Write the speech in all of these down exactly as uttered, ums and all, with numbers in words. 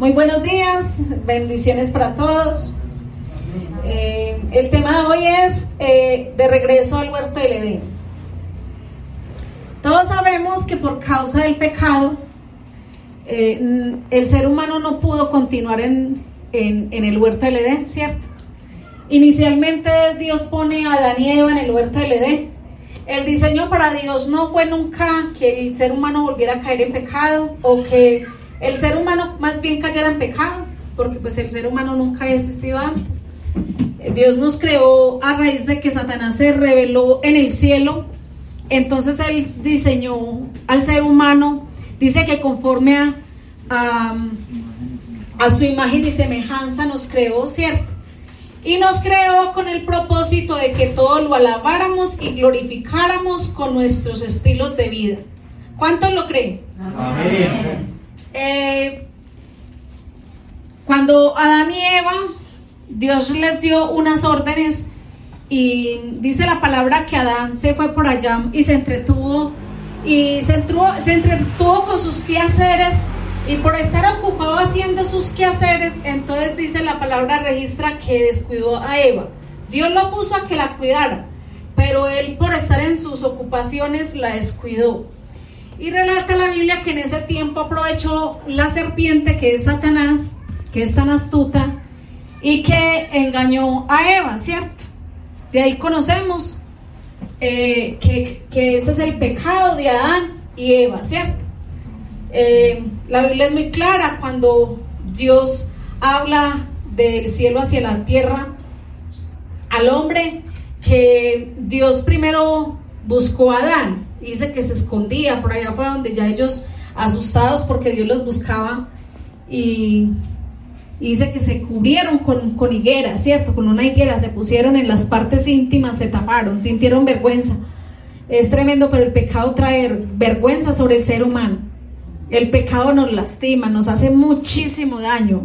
Muy buenos días, bendiciones para todos. Eh, el tema de hoy es eh, de regreso al huerto del Edén. Todos sabemos que por causa del pecado, eh, el ser humano no pudo continuar en, en, en el huerto del Edén, ¿cierto? Inicialmente Dios pone a Adán y Eva en el huerto del Edén. El diseño para Dios no fue nunca que el ser humano volviera a caer en pecado, o que el ser humano más bien cayera en pecado, porque pues el ser humano nunca había existido antes. Dios nos creó a raíz de que Satanás se rebeló en el cielo. Entonces Él diseñó al ser humano, dice que conforme a, a, a su imagen y semejanza nos creó, ¿cierto? Y nos creó con el propósito de que todos lo alabáramos y glorificáramos con nuestros estilos de vida. ¿Cuántos lo creen? Amén. Eh, cuando Adán y Eva, Dios les dio unas órdenes, y dice la palabra que Adán se fue por allá y se entretuvo y se entretuvo, se entretuvo con sus quehaceres, y por estar ocupado haciendo sus quehaceres, entonces dice la palabra, registra que descuidó a Eva. Dios lo puso a que la cuidara, pero él por estar en sus ocupaciones la descuidó. Y relata la Biblia que en ese tiempo aprovechó la serpiente, que es Satanás, que es tan astuta, y que engañó a Eva, ¿cierto? De ahí conocemos eh, que, que ese es el pecado de Adán y Eva, ¿cierto? Eh, la Biblia es muy clara cuando Dios habla del cielo hacia la tierra al hombre, que Dios primero buscó a Adán, y dice que se escondía, por allá fue donde ya ellos, asustados porque Dios los buscaba, y, y dice que se cubrieron con, con higuera, ¿cierto? Con una higuera se pusieron en las partes íntimas, se taparon, sintieron vergüenza. Es tremendo, pero el pecado trae vergüenza sobre el ser humano. El pecado nos lastima, nos hace muchísimo daño.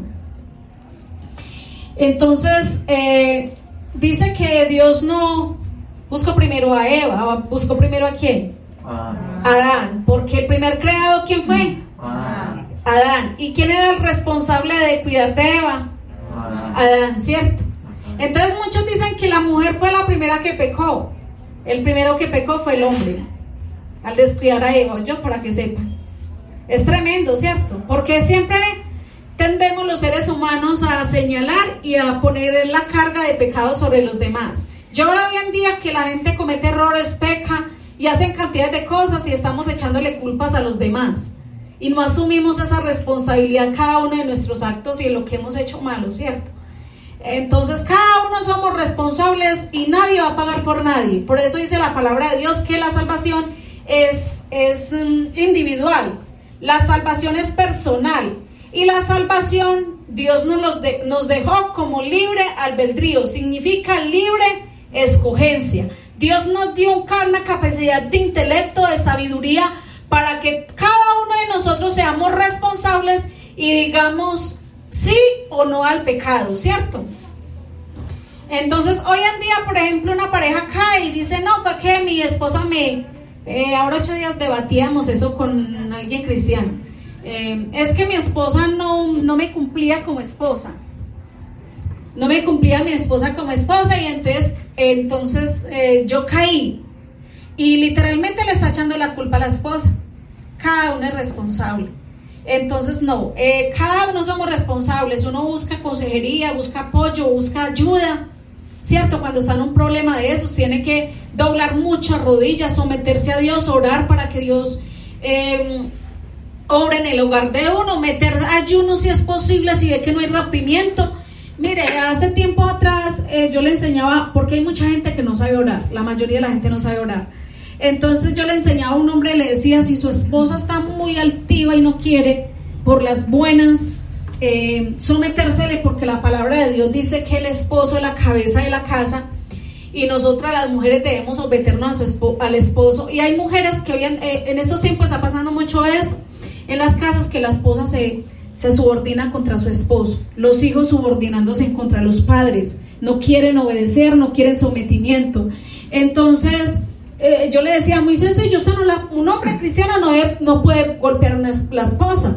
Entonces, eh, dice que Dios no buscó primero a Eva, buscó primero a ¿quién? Ah. Adán, porque el primer creado, ¿quién fue? Ah. Adán. ¿Y quién era el responsable de cuidar de Eva? Ah. Adán, ¿cierto? Entonces muchos dicen que la mujer fue la primera que pecó. El primero que pecó fue el hombre, al descuidar a Eva, yo para que sepan. Es tremendo, ¿cierto? Porque siempre tendemos los seres humanos a señalar y a poner la carga de pecado sobre los demás. Yo veo hoy en día que la gente comete errores, peca y hacen cantidades de cosas, y estamos echándole culpas a los demás. Y no asumimos esa responsabilidad cada uno de nuestros actos y de lo que hemos hecho malo, ¿cierto? Entonces cada uno somos responsables y nadie va a pagar por nadie. Por eso dice la palabra de Dios que la salvación es, es um, individual. La salvación es personal, y la salvación Dios nos, los de, nos dejó como libre albedrío, significa libre escogencia. Dios nos dio una capacidad de intelecto, de sabiduría, para que cada uno de nosotros seamos responsables y digamos sí o no al pecado, ¿cierto? Entonces hoy en día, por ejemplo, una pareja cae y dice, no, fue que mi esposa me... Eh, ahora ocho días debatíamos eso con alguien cristiano. Eh, es que mi esposa no, no me cumplía como esposa. No me cumplía mi esposa como esposa, y entonces, entonces eh, yo caí. Y literalmente le está echando la culpa a la esposa. Cada uno es responsable. Entonces no, eh, cada uno somos responsables. Uno busca consejería, busca apoyo, busca ayuda, ¿cierto? Cuando está en un problema de esos, tiene que doblar mucho rodillas, someterse a Dios, orar para que Dios eh, obre en el hogar de uno, meter ayuno si es posible, si ve que no hay rompimiento. Mire, hace tiempo atrás eh, yo le enseñaba, porque hay mucha gente que no sabe orar, la mayoría de la gente no sabe orar. Entonces yo le enseñaba a un hombre, le decía, si su esposa está muy altiva y no quiere por las buenas Eh, sometérsele, porque la palabra de Dios dice que el esposo es la cabeza de la casa, y nosotras las mujeres debemos someternos a su esp- al esposo. Y hay mujeres que hoy en, eh, en estos tiempos está pasando mucho eso en las casas, que la esposa se, se subordina contra su esposo, los hijos subordinándose contra los padres, no quieren obedecer, no quieren sometimiento. Entonces eh, yo le decía, muy sencillo, usted no la, un hombre cristiano no, debe, no puede golpear a una, la esposa.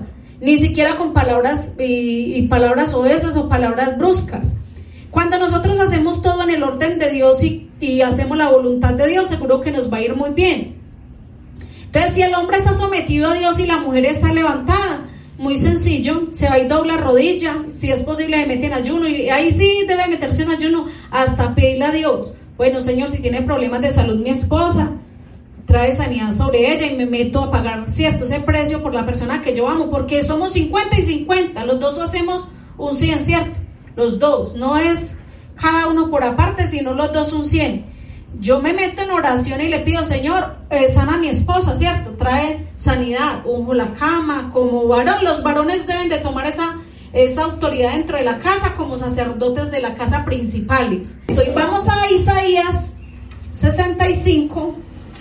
ni siquiera con palabras y, y palabras oesas o palabras bruscas. Cuando nosotros hacemos todo en el orden de Dios y, y hacemos la voluntad de Dios, seguro que nos va a ir muy bien. Entonces, si el hombre está sometido a Dios y la mujer está levantada, muy sencillo, se va a ir dobla rodilla, si es posible se mete en ayuno, y ahí sí debe meterse en ayuno hasta pedirle a Dios: bueno, Señor, si tiene problemas de salud mi esposa, trae sanidad sobre ella y me meto a pagar cierto ese precio por la persona que yo amo, porque somos cincuenta y cincuenta, los dos hacemos un cien, ¿cierto? Los dos, no es cada uno por aparte, sino los dos un cien. Yo me meto en oración y le pido: Señor, eh, sana a mi esposa, ¿cierto? Trae sanidad, unjo la cama. Como varón, los varones deben de tomar esa, esa autoridad dentro de la casa como sacerdotes de la casa principales. Y vamos a Isaías sesenta y cinco.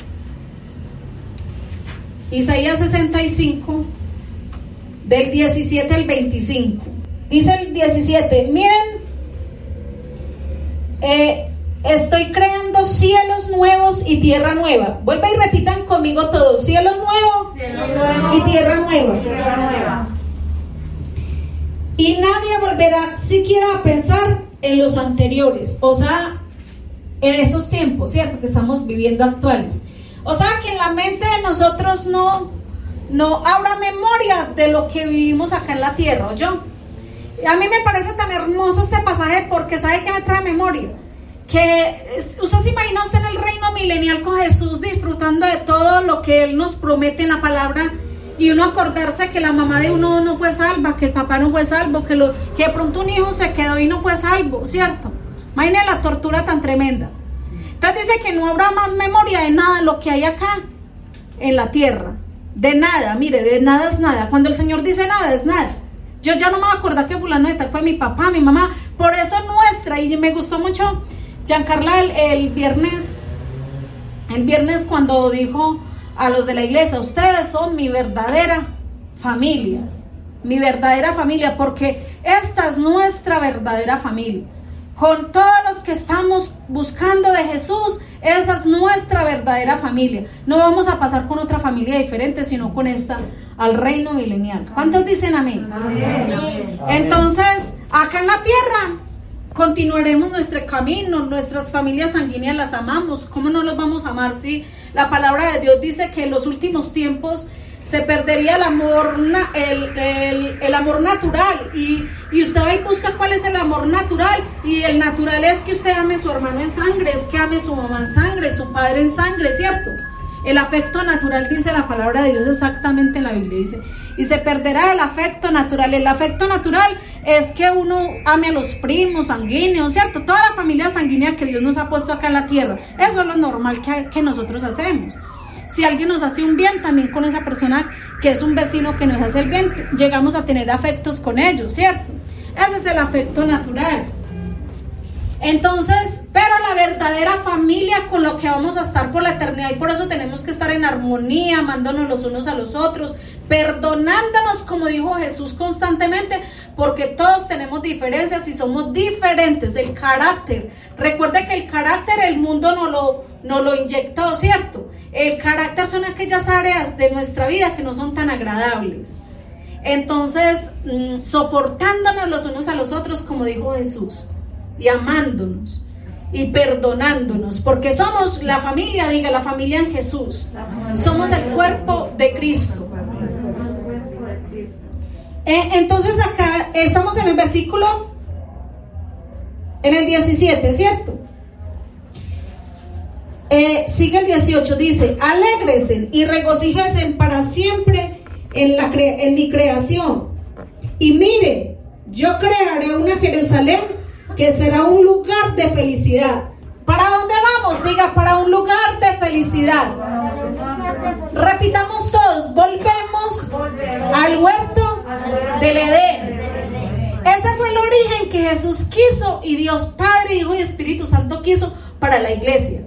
Isaías sesenta y cinco, del diecisiete al veinticinco. Dice el diecisiete: miren, eh, estoy creando cielos nuevos y tierra nueva. Vuelva y repitan conmigo todos: cielo nuevo, cielo nuevo y tierra nueva. tierra nueva. Y nadie volverá siquiera a pensar en los anteriores, o sea, en esos tiempos, ¿cierto?, que estamos viviendo actuales. O sea, que en la mente de nosotros no, no habrá memoria de lo que vivimos acá en la tierra, ¿o yo? A mí me parece tan hermoso este pasaje porque ¿sabe qué me trae memoria? Que usted se imagina usted en el reino milenial con Jesús disfrutando de todo lo que Él nos promete en la palabra, y uno acordarse que la mamá de uno no fue salva, que el papá no fue salvo, que, lo, que de pronto un hijo se quedó y no fue salvo, ¿cierto? Imagine la tortura tan tremenda. Entonces dice que no habrá más memoria de nada de lo que hay acá en la tierra, de nada, mire, de nada es nada. Cuando el Señor dice nada, es nada. Yo ya no me voy a acordar que fulano de tal fue mi papá, mi mamá. Por eso nuestra, y me gustó mucho Giancarla el, el viernes, el viernes cuando dijo a los de la iglesia: ustedes son mi verdadera familia, mi verdadera familia, porque esta es nuestra verdadera familia. Con todos los que estamos buscando de Jesús, esa es nuestra verdadera familia. No vamos a pasar con otra familia diferente, sino con esta al reino milenial. ¿Cuántos dicen amén? Amén. Entonces, acá en la tierra continuaremos nuestro camino, nuestras familias sanguíneas las amamos. ¿Cómo no los vamos a amar si la palabra de Dios dice que en los últimos tiempos se perdería el amor, el, el, el amor natural, y, y usted va y busca cuál es el amor natural, y el natural es que usted ame a su hermano en sangre, es que ame a su mamá en sangre, su padre en sangre, ¿cierto? El afecto natural, dice la palabra de Dios exactamente en la Biblia, dice, y se perderá el afecto natural. El afecto natural es que uno ame a los primos sanguíneos, ¿cierto? Toda la familia sanguínea que Dios nos ha puesto acá en la tierra. Eso es lo normal que, que nosotros hacemos. Si alguien nos hace un bien, también con esa persona que es un vecino que nos hace el bien, llegamos a tener afectos con ellos, ¿cierto? Ese es el afecto natural. Entonces, pero la verdadera familia con lo que vamos a estar por la eternidad, y por eso tenemos que estar en armonía, amándonos los unos a los otros, perdonándonos, como dijo Jesús constantemente, porque todos tenemos diferencias y somos diferentes. El carácter, recuerde que el carácter el mundo no lo, no lo inyectó, ¿cierto? El carácter son aquellas áreas de nuestra vida que no son tan agradables. Entonces, mmm, soportándonos los unos a los otros, como dijo Jesús, y amándonos y perdonándonos, porque somos la familia, diga, la familia en Jesús, somos el cuerpo de Cristo. Eh, entonces acá estamos en el versículo, en el diecisiete, ¿cierto? Eh, sigue el dieciocho, dice: alégresen y regocíjense para siempre en, la cre- en mi creación, y miren, yo crearé una Jerusalén que será un lugar de felicidad. ¿Para dónde vamos? Diga, para un lugar de felicidad. Repitamos todos: volvemos al huerto del Edén. Ese fue el origen que Jesús quiso, y Dios Padre, Hijo y Espíritu Santo quiso para la iglesia.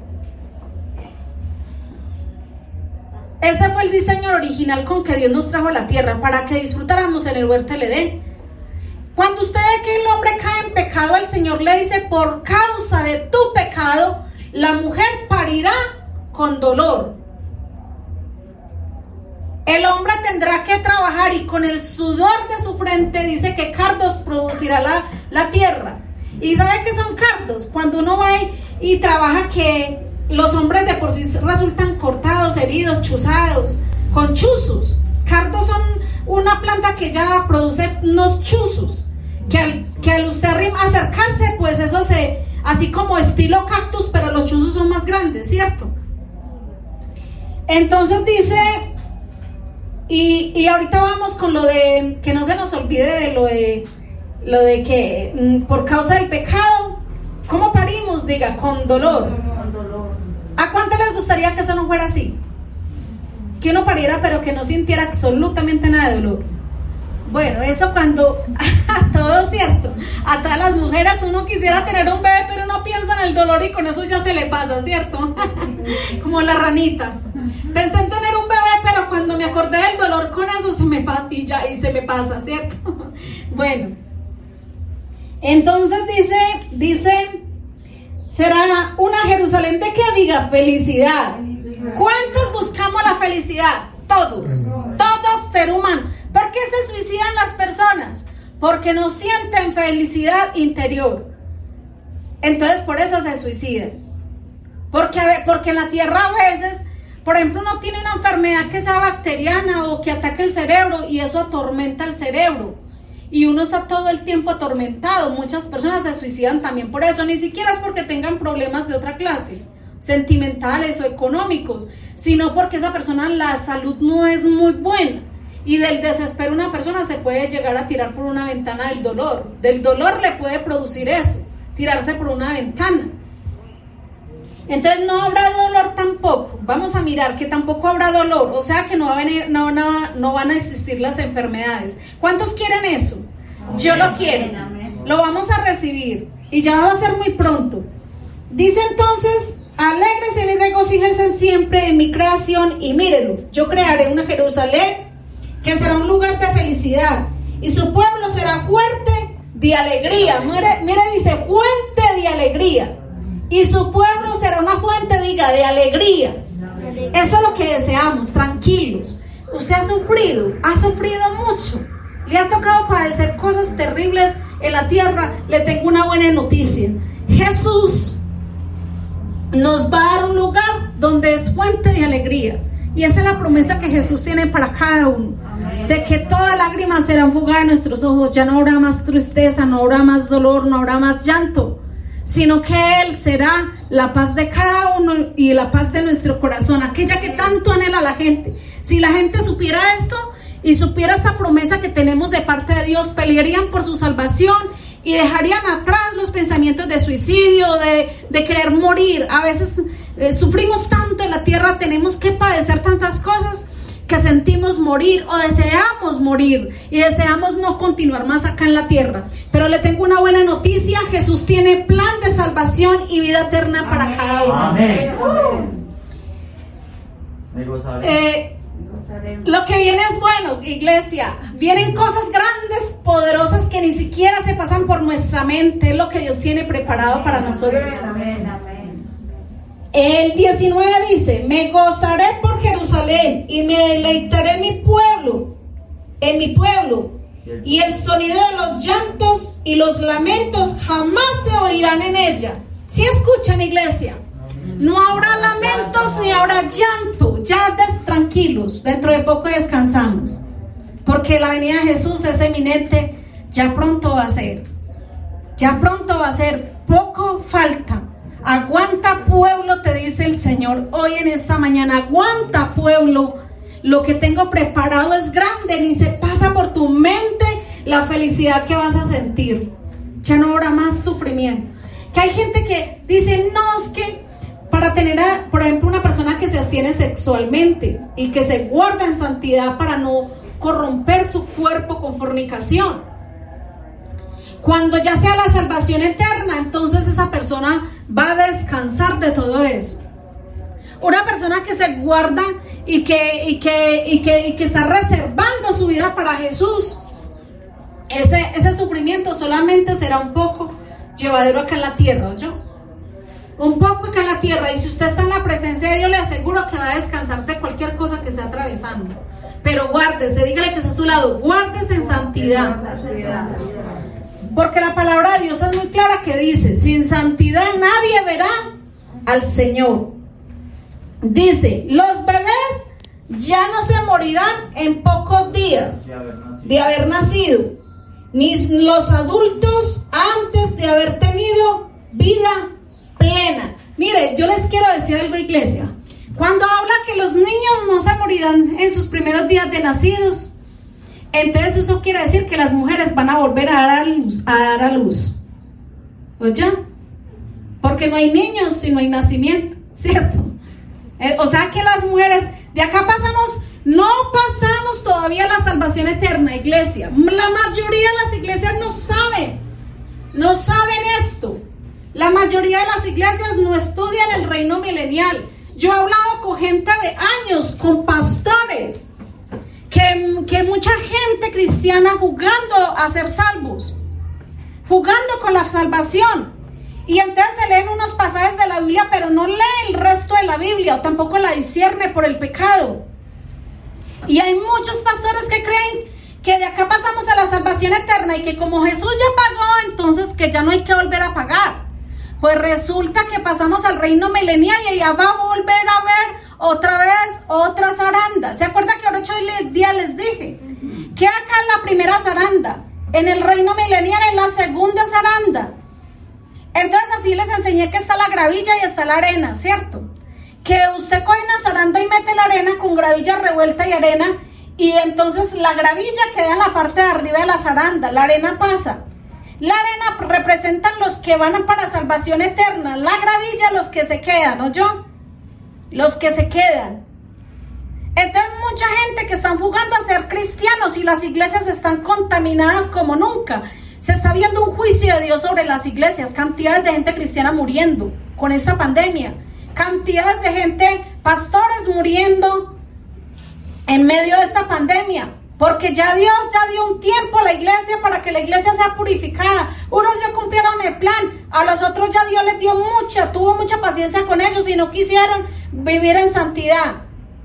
Ese fue el diseño original con que Dios nos trajo a la tierra, para que disfrutáramos en el huerto del Edén. Cuando usted ve que el hombre cae en pecado, el Señor le dice: por causa de tu pecado, la mujer parirá con dolor. El hombre tendrá que trabajar y con el sudor de su frente dice que cardos producirá la, la tierra. ¿Y sabe qué son cardos? Cuando uno va y, y trabaja, que los hombres de por sí resultan cortados, heridos, chuzados, con chuzos. Cardos son una planta que ya produce unos chuzos, que al, que al usted acercarse, pues eso se, así como estilo cactus, pero los chuzos son más grandes, ¿cierto? Entonces dice... Y, y ahorita vamos con lo de, que no se nos olvide de lo de, lo de que mm, por causa del pecado, ¿cómo parimos? Diga, con dolor. ¿A cuánto les gustaría que eso no fuera así? Que uno pariera pero que no sintiera absolutamente nada de dolor. Bueno, eso cuando, a todo cierto, a todas las mujeres uno quisiera tener un bebé, pero uno piensa en el dolor y con eso ya se le pasa, ¿cierto? Como la ranita. Pensé en tener un bebé, pero cuando me acordé del dolor, con eso se me pasa y ya, y se me pasa, ¿cierto? Bueno, entonces dice, dice, será una Jerusalén de que diga felicidad. ¿Cuántos buscamos la felicidad? Todos, todos ser humano. ¿Por qué se suicidan las personas? Porque no sienten felicidad interior. Entonces por eso se suicidan. Porque, porque en la tierra a veces, por ejemplo, uno tiene una enfermedad que sea bacteriana o que ataque el cerebro y eso atormenta el cerebro. Y uno está todo el tiempo atormentado. Muchas personas se suicidan también por eso. Ni siquiera es porque tengan problemas de otra clase, sentimentales o económicos, sino porque esa persona, la salud no es muy buena. Y del desespero una persona se puede llegar a tirar por una ventana del dolor. Del dolor le puede producir eso, tirarse por una ventana. Entonces no habrá dolor tampoco. Vamos a mirar que tampoco habrá dolor. O sea que no, va a venir, no, no, no van a existir las enfermedades. ¿Cuántos quieren eso? Yo lo quiero. Lo vamos a recibir. Y ya va a ser muy pronto. Dice entonces: alégrese y regocíjense siempre en mi creación. Y mírenlo, yo crearé una Jerusalén que será un lugar de felicidad, y su pueblo será fuerte de alegría. Mire, mire, dice fuente de alegría, y su pueblo será una fuente, diga, de alegría. Eso es lo que deseamos, tranquilos. Usted ha sufrido, ha sufrido mucho, le ha tocado padecer cosas terribles en la tierra. Le tengo una buena noticia: Jesús nos va a dar un lugar donde es fuente de alegría. Y esa es la promesa que Jesús tiene para cada uno, de que toda lágrima será enjugada de nuestros ojos. Ya no habrá más tristeza, no habrá más dolor, no habrá más llanto, sino que Él será la paz de cada uno y la paz de nuestro corazón, aquella que tanto anhela la gente. Si la gente supiera esto y supiera esta promesa que tenemos de parte de Dios, pelearían por su salvación y dejarían atrás los pensamientos de suicidio, de, de querer morir. A veces eh, sufrimos tanto en la tierra, tenemos que padecer tantas cosas que sentimos morir o deseamos morir y deseamos no continuar más acá en la tierra. Pero le tengo una buena noticia: Jesús tiene plan de salvación y vida eterna para Amén. Cada uno. Amén. Eh, Lo que viene es bueno, iglesia. Vienen cosas grandes, poderosas, que ni siquiera se pasan por nuestra mente. Es lo que Dios tiene preparado para nosotros. Amén, amén. El diecinueve dice: me gozaré por Jerusalén y me deleitaré en mi pueblo, en mi pueblo, y el sonido de los llantos y los lamentos jamás se oirán en ella. ¿Sí escuchan, iglesia? No habrá lamentos ni habrá llanto. Ya des tranquilos, dentro de poco descansamos, porque la venida de Jesús es eminente. Ya pronto va a ser, ya pronto va a ser, poco falta. Aguanta, pueblo, te dice el Señor hoy en esta mañana. Aguanta, pueblo, lo que tengo preparado es grande. Ni se pasa por tu mente la felicidad que vas a sentir. Ya no habrá más sufrimiento. Que hay gente que dice: no, es que para tener, a, por ejemplo, una persona que se abstiene sexualmente y que se guarda en santidad para no corromper su cuerpo con fornicación, cuando ya sea la salvación eterna, entonces esa persona va a descansar de todo eso. Una persona que se guarda y que, y que, y que, y que está reservando su vida para Jesús, ese, ese sufrimiento solamente será un poco llevadero acá en la tierra, ¿oyó? Un poco acá en la tierra. Y si usted está en la presencia de Dios, le aseguro que va a descansar de cualquier cosa que esté atravesando. pero guárdese, dígale que está a su lado, guárdese en santidad. Porque la palabra de Dios es muy clara que dice, sin santidad nadie verá al Señor. Dice, los bebés ya no se morirán en pocos días de haber nacido, ni los adultos antes de haber tenido vida plena. Mire, yo les quiero decir algo, iglesia. Cuando habla que los niños no se morirán en sus primeros días de nacidos, entonces eso quiere decir que las mujeres van a volver a dar a luz, a dar a luz. ¿Oye? Porque no hay niños si no hay nacimiento, ¿cierto? Eh, o sea que las mujeres, de acá pasamos, no pasamos todavía la salvación eterna, iglesia. La mayoría de las iglesias no saben, no saben esto. La mayoría de las iglesias no estudian el reino milenial. Yo he hablado con gente de años, con pastores, que, que mucha gente cristiana jugando a ser salvos, jugando con la salvación. Y entonces se leen unos pasajes de la Biblia, pero no lee el resto de la Biblia, o tampoco la discierne por el pecado. Y hay muchos pastores que creen que de acá pasamos a la salvación eterna y que como Jesús ya pagó, entonces que ya no hay que volver a pagar. Pues resulta que pasamos al reino milenial y allá va a volver a ver otra vez otra zaranda. ¿Se acuerdan que ahora ocho días les dije? Que acá es la primera zaranda, en el reino milenial es la segunda zaranda. Entonces así les enseñé que está la gravilla y está la arena, ¿cierto? Que usted coge una zaranda y mete la arena con gravilla revuelta y arena, y entonces la gravilla queda en la parte de arriba de la zaranda, la arena pasa. La arena representan los que van para salvación eterna, la gravilla los que se quedan, ¿no yo? Los que se quedan. Entonces mucha gente que están jugando a ser cristianos y las iglesias están contaminadas como nunca. Se está viendo un juicio de Dios sobre las iglesias, cantidades de gente cristiana muriendo con esta pandemia, cantidades de gente, pastores muriendo en medio de esta pandemia. Porque ya Dios ya dio un tiempo a la iglesia para que la iglesia sea purificada. Unos ya cumplieron el plan, a los otros ya Dios les dio mucha, tuvo mucha paciencia con ellos y no quisieron vivir en santidad.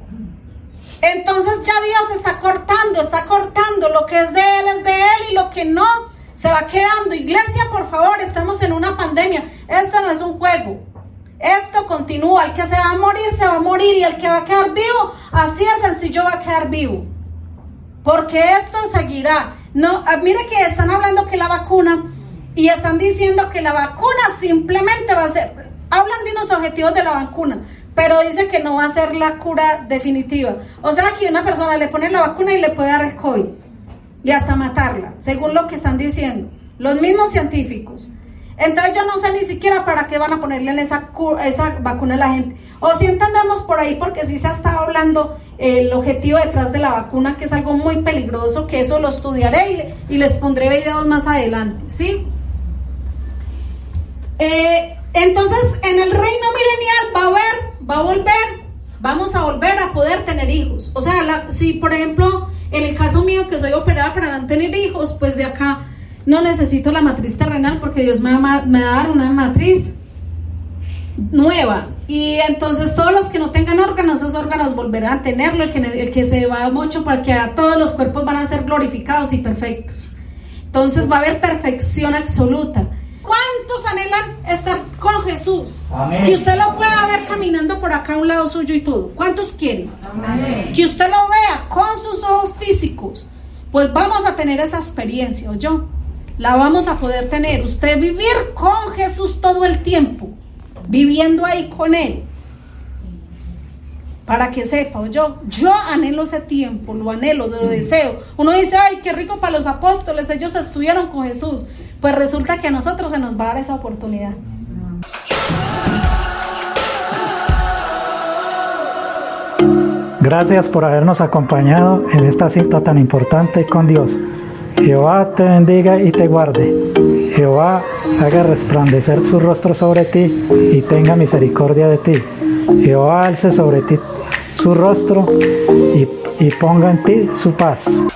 Entonces ya Dios está cortando, está cortando, lo que es de Él es de Él y lo que no se va quedando. Iglesia, por favor, estamos en una pandemia, esto no es un juego. Esto continúa, el que se va a morir, se va a morir, y el que va a quedar vivo, así de sencillo va a quedar vivo. Porque esto seguirá. No, mire que están hablando que la vacuna, y están diciendo que la vacuna simplemente va a ser, hablan de unos objetivos de la vacuna, pero dicen que no va a ser la cura definitiva. O sea que una persona le pone la vacuna y le puede dar el COVID y hasta matarla, según lo que están diciendo los mismos científicos. Entonces yo no sé ni siquiera para qué van a ponerle en esa, esa vacuna a la gente. O si entendemos por ahí, porque sí se ha estado hablando el objetivo detrás de la vacuna, que es algo muy peligroso, que eso lo estudiaré y, le, y les pondré videos más adelante, ¿sí? Eh, entonces en el reino milenial va a haber, va a volver, vamos a volver a poder tener hijos. O sea, la, si por ejemplo, en el caso mío que soy operada para no tener hijos, pues de acá no necesito la matriz terrenal porque Dios me va, me va a dar una matriz nueva. Y entonces todos los que no tengan órganos, esos órganos volverán a tenerlo. El que, el que se va mucho, porque a todos los cuerpos van a ser glorificados y perfectos. Entonces va a haber perfección absoluta. ¿Cuántos anhelan estar con Jesús? Amén. Que usted lo pueda ver caminando por acá a un lado suyo y todo. ¿Cuántos quieren? Amén. Que usted lo vea con sus ojos físicos. Pues vamos a tener esa experiencia, ¿o yo? La vamos a poder tener. Usted vivir con Jesús todo el tiempo, viviendo ahí con Él, para que sepa, yo, yo anhelo ese tiempo, lo anhelo, lo deseo. Uno dice, ay, qué rico para los apóstoles, ellos estuvieron con Jesús. Pues resulta que a nosotros se nos va a dar esa oportunidad. Gracias por habernos acompañado en esta cita tan importante con Dios. Jehová te bendiga y te guarde. Jehová haga resplandecer su rostro sobre ti y tenga misericordia de ti. Jehová alce sobre ti su rostro y, y ponga en ti su paz.